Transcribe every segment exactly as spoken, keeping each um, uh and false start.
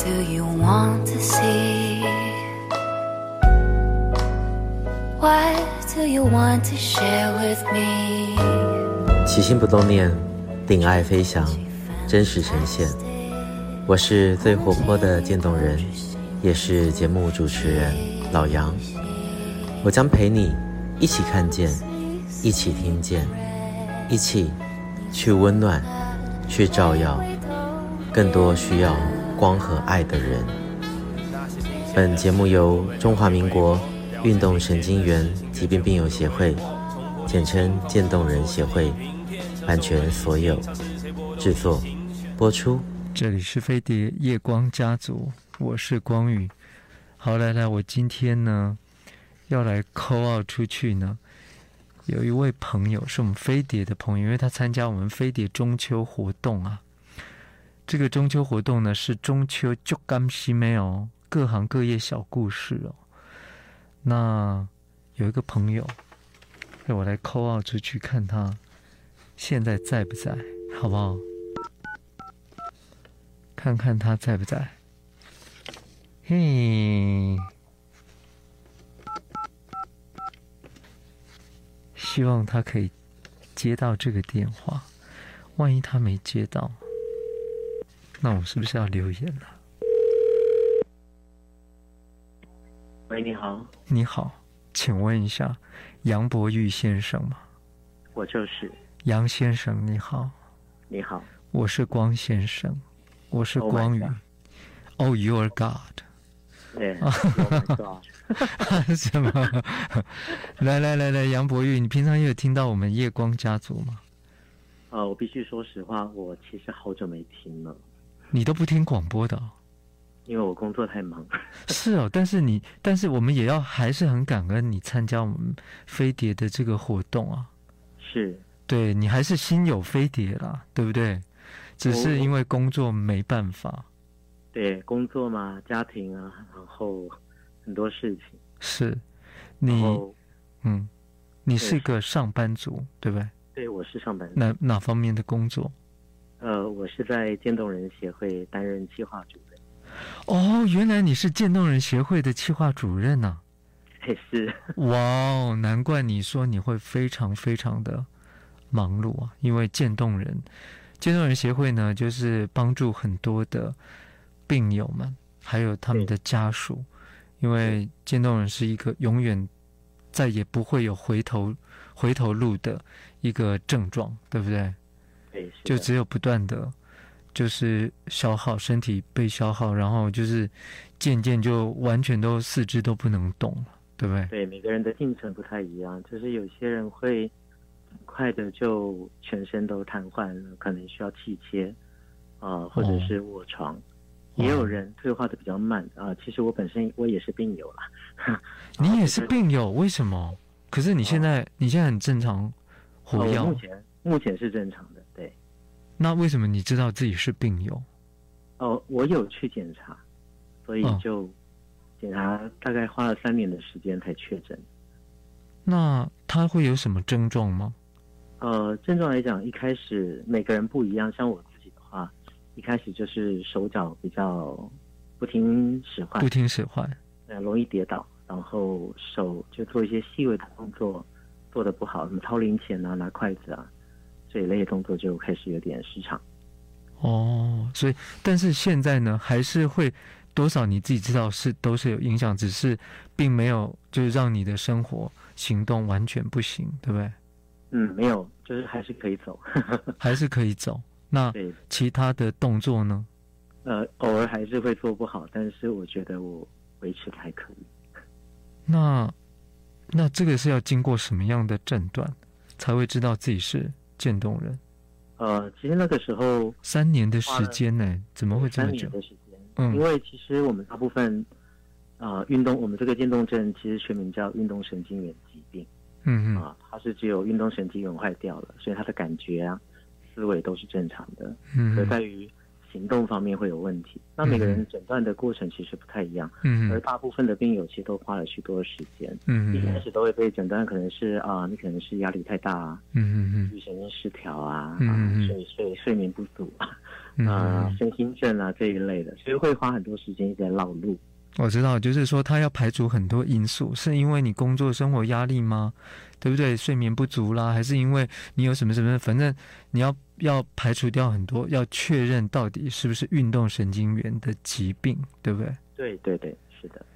do you want to see? What do you want to share with me? 起心不动念，顶爱飞翔，真实呈现。我是最活泼的渐冻人，也是节目主持人老杨。我将陪你一起看见，一起听见，一起去温暖，去照耀更多需要光和爱的人。本节目由中华民国运动神经元疾病病友协会，简称渐冻人协会，版权所有，制作播出。 这里是飞碟夜光家族，我是光宇。好，来来，我今天呢要来 call out 出去呢，有一位朋友是我们飞碟的朋友，因为他参加我们飞碟中秋活动啊。这个中秋活动呢是中秋就甘西妹哦，各行各业小故事哦。那有一个朋友，让我来 call out 出去看他现在在不在，好不好？看看他在不在。嘿，希望他可以接到这个电话。万一他没接到，那我是不是要留言了？ 喂，你好。 你好，请问一下，杨博玉先生吗？ 我就是。 杨先生，你好。 你好。 我是光先生，我是光宇。Oh, oh your God。 对、yeah, Oh my God。 什么？来来来来，杨博玉，你平常也有听到我们夜光家族吗？ 呃，我必须说实话，我其实好久没听了。 你都不听广播的、哦？ 因为我工作太忙。 是哦，但是你，但是我们也要还是很感恩你参加我们飞碟的这个活动啊。 是。 对，你还是心有飞碟啦，对不对？只是因为工作没办法。 对，工作嘛，家庭啊，然后很多事情。 是，你，嗯，你是个上班族，对不对？ 对，我是上班族。 哪哪方面的工作？ 呃，我是在渐冻人协会担任企划主任。 哦，原来你是渐冻人协会的企划主任啊！ 也是。 哇哦，难怪你说你会非常非常的忙碌啊！因为渐冻人，渐冻人协会呢，就是帮助很多的病友们，还有他们的家属，因为渐冻人是一个永远再也不会有回头回头路的一个症状，对不对？ 对， 就只有不断的就是消耗，身体被消耗，然后就是渐渐就完全都四肢都不能动了，对不对？ 对，每个人的进程不太一样，就是有些人会很快的就全身都瘫痪了，可能需要气切啊、呃，或者是卧床。哦，也有人退化的比较慢啊、呃，其实我本身我也是病友啦。 你也是病友？为什么？可是你现在、哦、你现在很正常活跃、 哦、目前目前是正常的，对。 那为什么你知道自己是病友？ 哦，我有去检查，所以就检查大概花了三年的时间才确诊。 那他会有什么症状吗？ 呃，症状来讲，一开始每个人不一样，像我自己的话。一开始就是手脚比较不听使唤， 不听使唤， 呃，容易跌倒，然后手就做一些细微的动作做得不好，什么掏零钱啊、拿筷子啊这一类的动作就开始有点失常。 哦，所以但是现在呢，还是会多少你自己知道是都是有影响，只是并没有就是让你的生活行动完全不行，对不对？ 嗯，没有，就是还是可以走， 还是可以走。那其他的动作呢？ 呃，偶尔还是会做不好，但是我觉得我维持的还可以。 那那这个是要经过什么样的诊断才会知道自己是渐冻人？ 呃，其实那个时候三年的时间呢，怎么会这么久？ 三年的时间，嗯，因为其实我们大部分啊运动，我们这个渐冻症其实全名叫运动神经元疾病， 嗯嗯啊，它是只有运动神经元坏掉了，所以它的感觉啊。思维都是正常的， 嗯， 可在于行动方面会有问题。那每个人诊断的过程其实不太一样， 嗯， 而大部分的病友其实都花了许多的时间， 嗯， 一开始都会被诊断可能是啊、呃，你可能是压力太大啊， 嗯嗯嗯， 自律神经失调啊， 嗯嗯， 睡睡睡眠不足啊， 啊、 嗯， 身心症啊这一类的，所以会花很多时间在绕路。 我知道，就是说他要排除很多因素，是因为你工作生活压力吗？对不对？睡眠不足啦，还是因为你有什么什么？反正你要要排除掉很多，要确认到底是不是运动神经元的疾病，对不对？ 对对对，是的。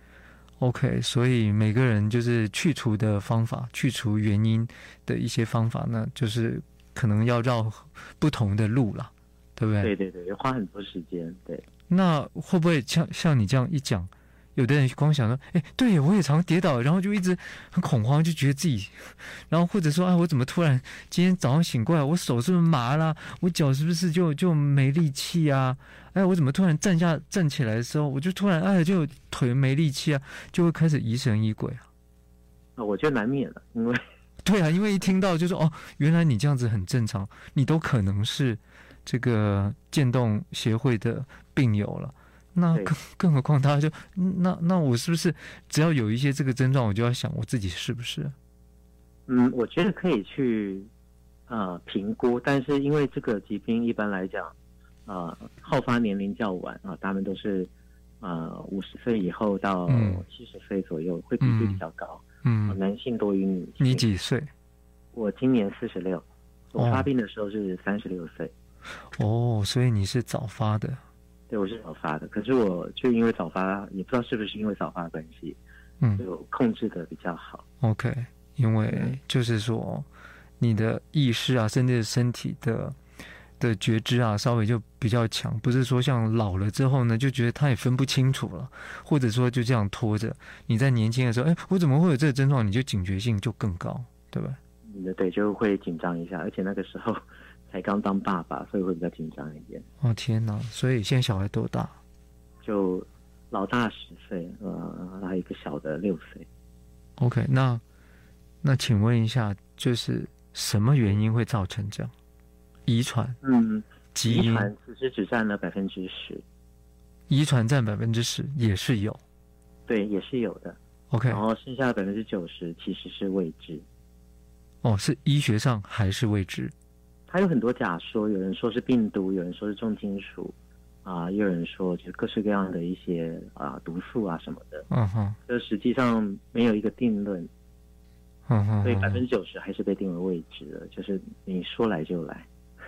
OK，所以每个人就是去除的方法，去除原因的一些方法呢，就是可能要绕不同的路啦，对不对？ 对对对，要花很多时间。对。 那会不会像像你这样一讲，有的人光想说，哎，对我也常跌倒，然后就一直很恐慌，就觉得自己，然后或者说，哎，我怎么突然今天早上醒过来，我手是不是麻啦？我脚是不是就就没力气啊？哎，我怎么突然站下站起来的时候，我就突然哎就腿没力气啊，就会开始疑神疑鬼啊。 啊，我觉得难免了，因为对啊，因为一听到就说哦，原来你这样子很正常，你都可能是这个健动协会的病友了。那更更何况他就那那我是不是只要有一些这个症状，我就要想我自己是不是？ 嗯，我觉得可以去呃评估，但是因为这个疾病一般来讲，呃，好发年龄较晚啊，他们都是呃五十岁以后到七十岁左右，会比例比较高。 嗯， 呃、男性多于女性。 你几岁？ 我今年四十六，我发病的时候是三十六岁。 哦，所以你是早发的。 对，我是早发的，可是我就因为早发，也不知道是不是因为早发的关系， 嗯， 就控制的比较好。 OK， 因为就是说你的意识啊，甚至身体的的觉知啊，稍微就比较强，不是说像老了之后呢，就觉得他也分不清楚了，或者说就这样拖着。你在年轻的时候，哎，我怎么会有这个症状？你就警觉性就更高，对吧？ 嗯，对，就会紧张一下，而且那个时候才刚当爸爸，所以会比较紧张一点。 哦天哪！所以现在小孩多大？ 就老大十岁，呃，还有一个小的六岁。 OK， 那那请问一下，就是什么原因会造成这样？遗传？ 嗯， 基因？ 遗传其实只占了百分之十。 遗传占百分之十，也是有。 对，也是有的。 OK， 然后剩下的百分之九十其实是未知。 哦，是医学上还是未知？ 它有很多假说，有人说是病毒，有人说是重金属，啊、呃，也有人说就是各式各样的一些啊、呃、毒素啊什么的。 嗯哼， 这实际上没有一个定论。 嗯哼， 所以百分之九十还是被定为未知的，就是你说来就来。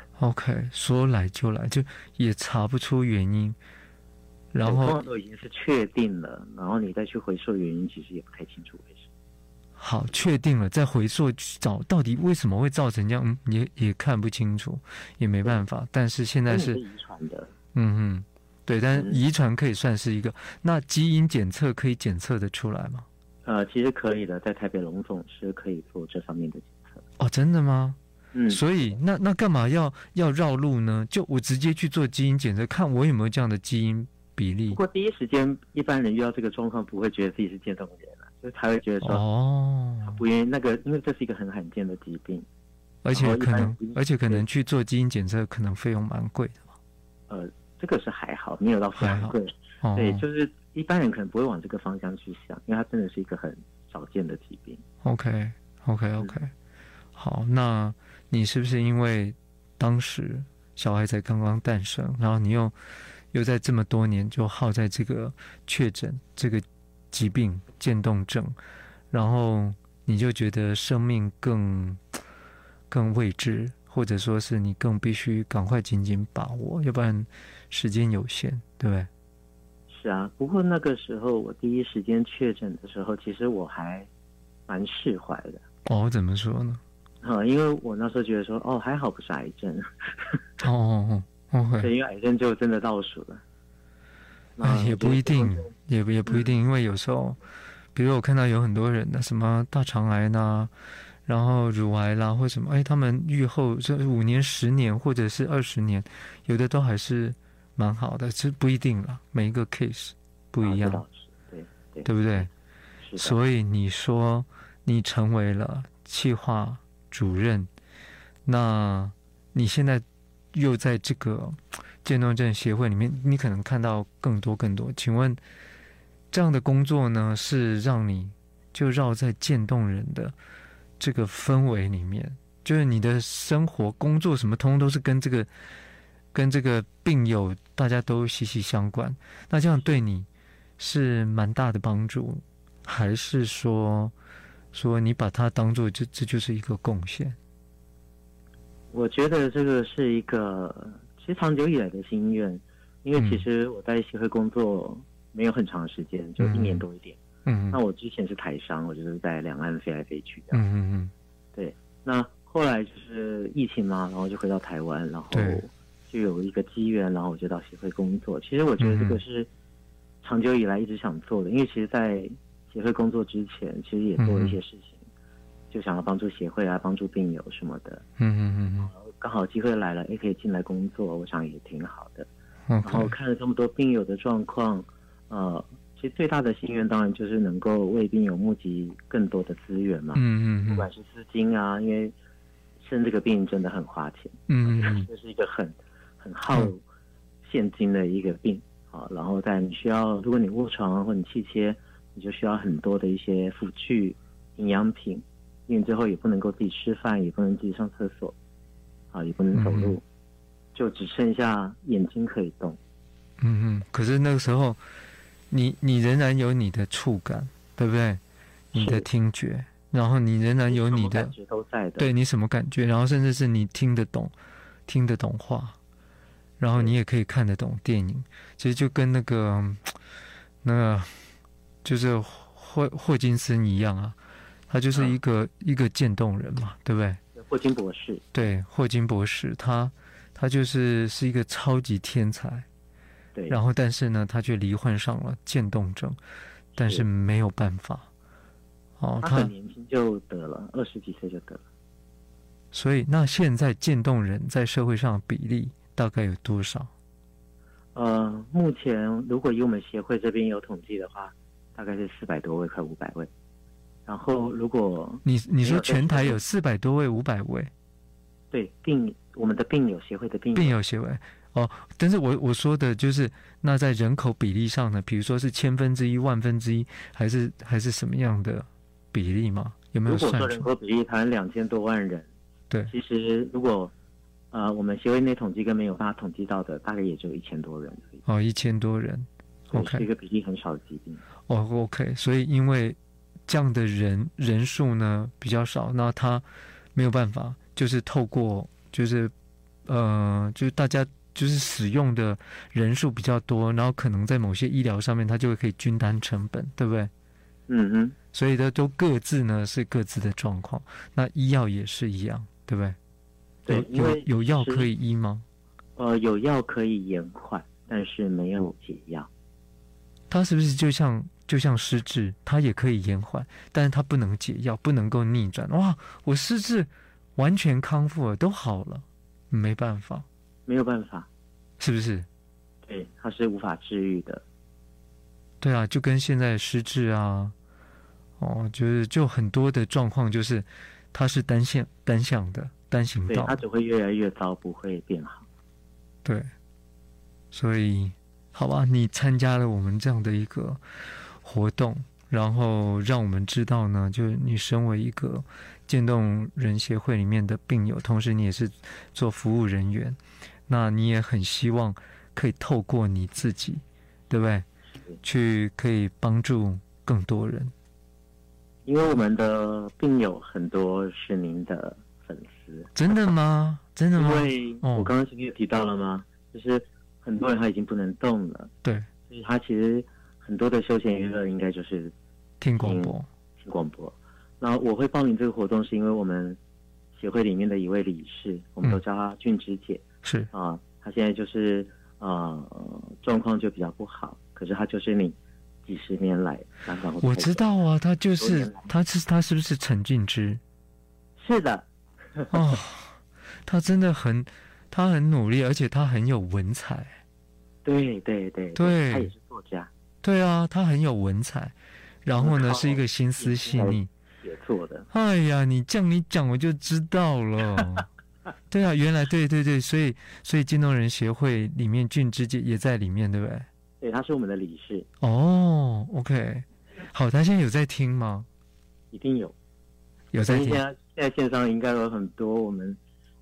OK， 说来就来，就也查不出原因。然后通常都已经是确定了，然后你再去回溯原因，其实也不太清楚为什么。 好，确定了，再回溯找到底为什么会造成这样，嗯，也也看不清楚，也没办法。但是现在是遗传的， 嗯嗯，对，但遗传可以算是一个。那基因检测可以检测得出来吗？ 呃，其实可以的，在台北荣总是可以做这方面的检测。 哦，真的吗？ 嗯， 所以那那干嘛要要绕路呢？就我直接去做基因检测，看我有没有这样的基因比例。 不过第一时间一般人遇到这个状况，不会觉得自己是渐冻人了，就是他会觉得说， 哦，他不愿意那个，因为这是一个很罕见的疾病， 而且可能而且可能去做基因检测，可能费用蛮贵的嘛。 呃，这个是还好，没有到非常贵。 哦、 对，就是一般人可能不会往这个方向去想，因为它真的是一个很少见的疾病。 OK OK OK，、嗯、好，那你是不是因为当时小孩才刚刚诞生，然后你又又在这么多年就耗在这个确诊这个疾病渐冻症，然后你就觉得生命更更未知，或者说是你更必须赶快紧紧把握，要不然时间有限，对不对？ 是啊，不过那个时候我第一时间确诊的时候，其实我还蛮释怀的。 哦，怎么说呢？ 啊、嗯，因为我那时候觉得说，哦，还好不是癌症。 哦哦哦，哦对，因为癌症就真的倒数了。 哎，也不一定，也也不一定，因为有时候，比如我看到有很多人的什么大肠癌呐，然后乳癌啦，或什么，哎，他们愈后这五年、十年或者是二十年，有的都还是蛮好的，这不一定啦，每一个 case 不一样， 啊、对 对, 对不对？所以你说你成为了企划主任，那你现在又在这个渐冻症协会里面，你可能看到更多更多。请问这样的工作呢，是让你就绕在渐冻人的这个氛围里面，就是你的生活、工作什么，通通都是跟这个跟这个病友大家都息息相关，那这样对你是蛮大的帮助，还是说说你把它当做这这就是一个贡献？ 我觉得这个是一个其实长久以来的心愿，因为其实我在协会工作没有很长时间，就一年多一点。嗯，那我之前是台商，我就是在两岸飞来飞去的。嗯嗯嗯，对。那后来就是疫情嘛，然后就回到台湾，然后就有一个机缘，然后我就到协会工作。其实我觉得这个是长久以来一直想做的，因为其实在协会工作之前，其实也做了一些事情，嗯、就想要帮助协会啊，帮助病友什么的。嗯嗯嗯嗯。刚好机会来了，也可以进来工作，我想也挺好的。Okay. 然后看了这么多病友的状况，呃。其实最大的心愿当然就是能够为病友募集更多的资源嘛，嗯嗯，不管是资金啊，因为生这个病真的很花钱，嗯嗯，这是一个很很耗现金的一个病啊。然后在你需要，如果你卧床或你气切，你就需要很多的一些辅具、营养品，因为最后也不能够自己吃饭，也不能自己上厕所，啊，也不能走路，嗯、就只剩下眼睛可以动。 嗯嗯，可是那个时候。你你仍然有你的触感，对不对？你的听觉，然后你仍然有你的感觉都在的。 对，你什么感觉？然后甚至是你听得懂，听得懂话，然后你也可以看得懂电影。其实就跟那个那个就是霍霍金森一样啊，他就是一个、嗯、一个渐冻人嘛，对不对？ 霍金博士。 对，霍金博士，他他就是是一个超级天才。 对， 然后，但是呢，他却罹患上了渐冻症，但是没有办法。 哦，他很年轻就得了，二十几岁就得了。 所以，那现在渐冻人在社会上的比例大概有多少？ 呃，目前如果以我们协会这边有统计的话，大概是四百多位，快五百位。然后，如果你你说全台有四百多位、五百位， 对，病我们的病友协会的病友病友协会。哦，但是我我说的就是，那在人口比例上呢，比如说是千分之一、万分之一，还是还是什么样的比例吗？有没有算出？ 如果说人口比例谈两千多万人， 对， 其实如果呃我们协会内统计跟没有办法统计到的，大概也就一千多人而已。 哦，一千多人 ，OK， 是一个比例很少的疾病。 哦 ，OK， 所以因为这样的人人数呢比较少，那他没有办法，就是透过就是呃就是大家。就是使用的人数比较多，然后可能在某些医疗上面，它就会可以均摊成本，对不对？ 嗯哼。 所以呢，都各自呢是各自的状况。那医药也是一样，对不对？ 对，因为有有药可以医吗？ 呃，有药可以延缓，但是没有解药。 它是不是就像就像失智，它也可以延缓，但是它不能解药，不能够逆转。哇，我失智完全康复了，都好了，没办法。 没有办法， 是不是？ 对，它是无法治愈的。 对啊，就跟现在失智啊，哦，就是就很多的状况，就是它是单向单向的单行道， 对，它只会越来越糟，不会变好。 对，所以好吧，你参加了我们这样的一个活动，然后让我们知道呢，就是你身为一个渐冻人协会里面的病友，同时你也是做服务人员。那你也很希望可以透过你自己，对不对？去可以帮助更多人。 因为我们的病友很多是您的粉丝。 真的吗？真的吗？ 因为我刚刚前面有提到了吗？哦、就是很多人他已经不能动了。 对。 所以他其实很多的休闲娱乐应该就是听广播。 听广播。那我会报名这个活动，是因为我们协会里面的一位理事，我们都叫她俊芝姐。 是啊，他现在就是呃状况就比较不好，可是他就是你几十年来刚刚我知道啊，他就是他是他是不是陈俊之？ 是的。 哦，他真的很他很努力，而且他很有文采。 对对对对， 他也是作家。 对啊，他很有文采，然后呢是一个心思细腻写作的。 哎呀，你这样你讲我就知道了。对啊，原来对对对，所以所以渐冻人协会里面俊之姐也在里面，对不对？ 对，他是我们的理事。 哦 ，OK， 好，他现在有在听吗？ 一定有， 有在听。 现在现在线上应该有很多我们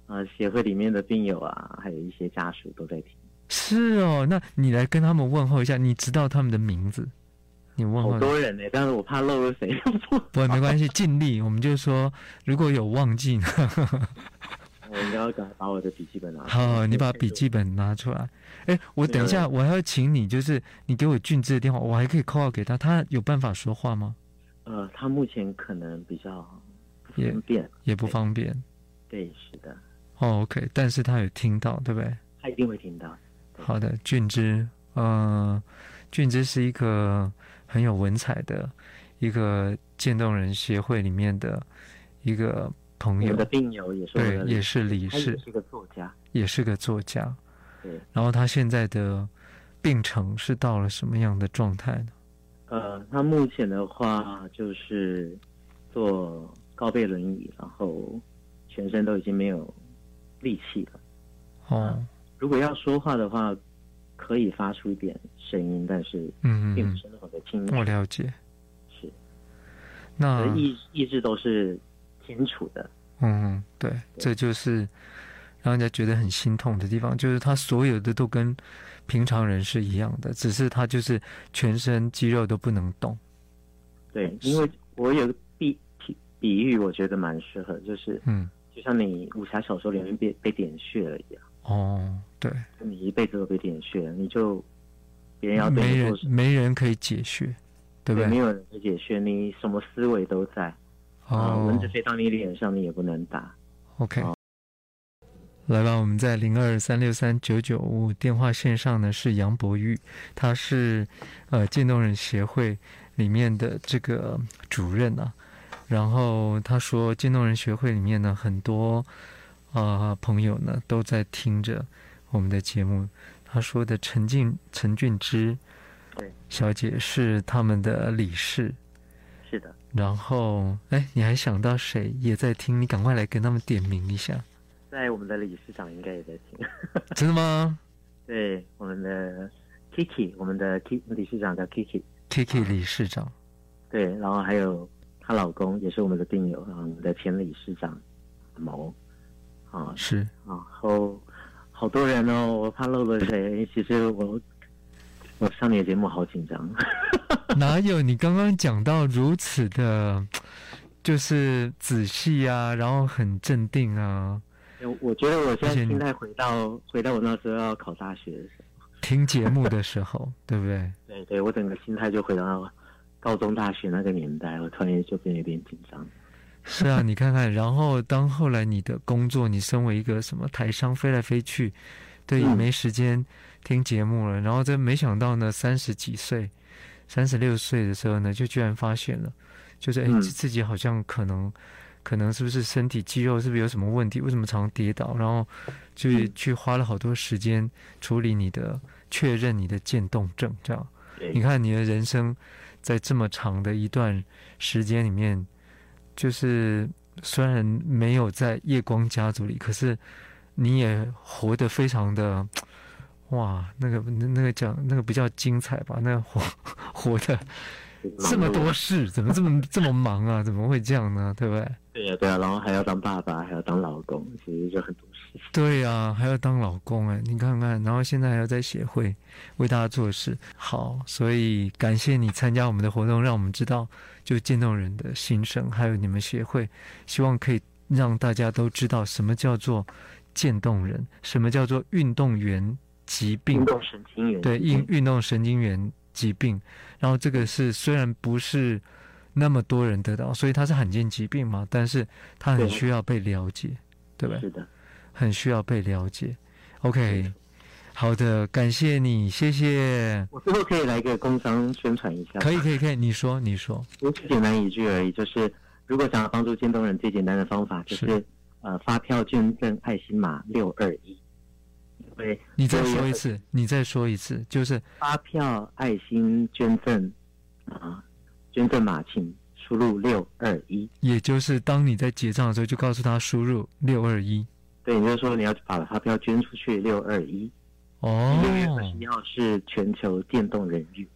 呃协会里面的病友啊，还有一些家属都在听。 是哦，那你来跟他们问候一下，你知道他们的名字？你问候好多人呢，但是我怕漏了谁。 不会，没关系，尽力。我们就说，如果有忘记呢， 我应该要赶快把我的笔记本拿出来。 好，你把笔记本拿出来。哎，我等一下，我还要请你，就是你给我俊之的电话，我还可以 call out 给他，他有办法说话吗？ 呃，他目前可能比较不方便， 也, 也不方便。 对，是的。 哦 ，OK， 但是他有听到，对不对？ 他一定会听到。 好的，俊之，呃，俊之是一个很有文采的一个渐冻人协会里面的一个朋友， 我的病友也是我的， 对，也是理事， 他也是个作家， 也是个作家。 对， 然后他现在的病程是到了什么样的状态呢？ 呃，他目前的话就是坐高背轮椅，然后全身都已经没有力气了。 哦。 如果要说话的话，可以发出一点声音，但是嗯， 并不是那么的清楚。 我了解。 是。 那意意志都是清楚的。 嗯，对，这就是让人家觉得很心痛的地方，就是他所有的都跟平常人是一样的，只是他就是全身肌肉都不能动。 对，因为我有个比比喻，我觉得蛮适合，就是嗯， 就像你武侠小说里面被被点穴了一样。 哦，对， 你一辈子都被点穴，你就别人要对你做什么，没人没人可以解穴，对不对？ 对，没有人可以解穴，你什么思维都在。 哦， 啊，蚊子飞到你脸上，你也不能打。 OK，、 哦、 来吧，我们在零二三六三九九五电话线上呢是杨博玉，他是呃渐冻人协会里面的这个主任啊。然后他说，渐冻人协会里面呢很多啊、呃、朋友呢都在听着我们的节目。他说的陈静陈俊之小姐是他们的理事。 是的。 然后，哎，你还想到谁也在听？你赶快来跟他们点名一下。 在我们的理事长应该也在听。 真的吗？ 对，我们的 Kiki， 我们的 K 理事长叫 Kiki。Kiki 理事长。 对，然后还有她老公也是我们的病友，然后我们的前理事长毛。啊， 是。 然后好多人哦，我怕漏了谁。其实我我上你的节目好紧张。 哪有？你刚刚讲到如此的，就是仔细啊，然后很镇定啊。 我觉得我现在心态回到回到我那时候要考大学的时候， 听节目的时候，对不对？ 对对，我整个心态就回到高中大学那个年代，我突然就变得有点紧张。 是啊，你看看，然后当后来你的工作，你身为一个什么台商飞来飞去，对，也没时间听节目了。嗯、然后这没想到呢，三十几岁。三十六岁的时候呢，就居然发现了，就是哎、嗯，自己好像可能，可能是不是身体肌肉是不是有什么问题？为什么常跌倒？然后就去花了好多时间处理你的确认你的渐冻症，这样。你看你的人生在这么长的一段时间里面，就是虽然没有在夜光家族里，可是你也活得非常的。哇，那个那那个讲那个比较精彩吧？那个活活的这么多事，怎么这么这么忙啊？怎么会这样呢？对不对？ 对呀、啊、对呀、啊，然后还要当爸爸，还要当老公，其实就很多事。 对呀、啊，还要当老公哎，你看看，然后现在还要在协会为大家做事。好，所以感谢你参加我们的活动，让我们知道就渐冻人的心声，还有你们协会，希望可以让大家都知道什么叫做渐冻人，什么叫做运动员。疾病， 运动神经元对运运动神经元疾病，然后这个是虽然不是那么多人得到，所以它是罕见疾病嘛，但是它很需要被了解， 对, 对吧？ 是的， 很需要被了解。OK， 好的，感谢你，谢谢。 我最后可以来个工商宣传一下， 可以可以可以，你说你说， 最简单一句而已，就是如果想要帮助渐冻人，最简单的方法就是，是呃发票捐赠爱心码六二一。对， 你再说一次，你再说一次，就是发票爱心捐赠啊，捐赠码请输入六二一， 也就是当你在结账的时候，就告诉他输入六二一。 对，你就说你要把发票捐出去六二一。 哦， 六月二十一号是全球渐冻人日。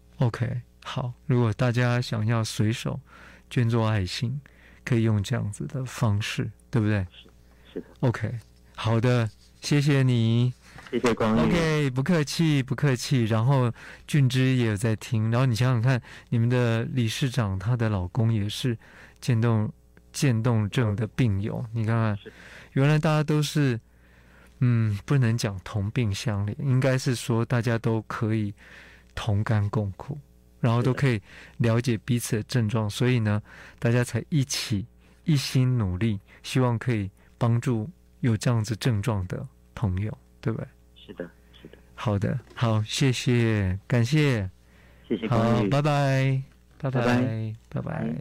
OK， 好，如果大家想要随手捐做爱心，可以用这样子的方式，对不对？ 是是的。 OK， 好的，谢谢你。 谢谢光宇。 OK， 不客气不客气。然后俊之也有在听，然后你想想看，你们的理事长她的老公也是渐冻渐冻症的病友，你看看，原来大家都是嗯，不能讲同病相怜，应该是说大家都可以同甘共苦，然后都可以了解彼此的症状，所以呢大家才一起一心努力，希望可以帮助有这样子症状的朋友，对不对？ 是的，是的。 好的，好，谢谢，感谢， 谢谢好， 光宇。 拜拜，拜拜， 拜拜拜。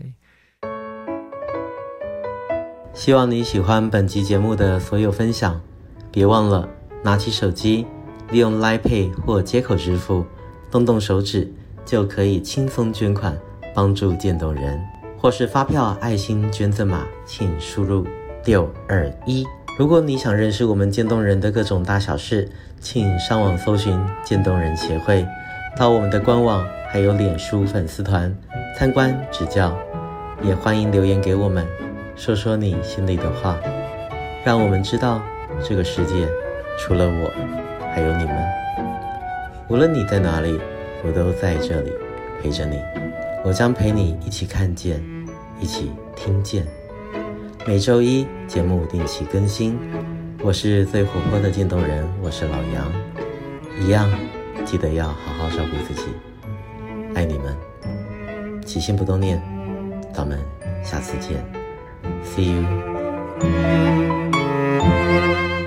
希望你喜欢本集节目的所有分享，别忘了拿起手机，利用 Line Pay 或接口支付，动动手指就可以轻松捐款，帮助渐冻人，或是发票爱心捐赠码，请输入六二一。如果你想认识我们渐冻人的各种大小事，请上网搜寻渐冻人协会，到我们的官网还有脸书粉丝团参观指教，也欢迎留言给我们，说说你心里的话，让我们知道这个世界除了我还有你们。无论你在哪里，我都在这里陪着你，我将陪你一起看见，一起听见。每周一节目定期更新，我是最活泼的渐冻人，我是老杨，一样记得要好好照顾自己，爱你们，起心不动念，咱们下次见， See you。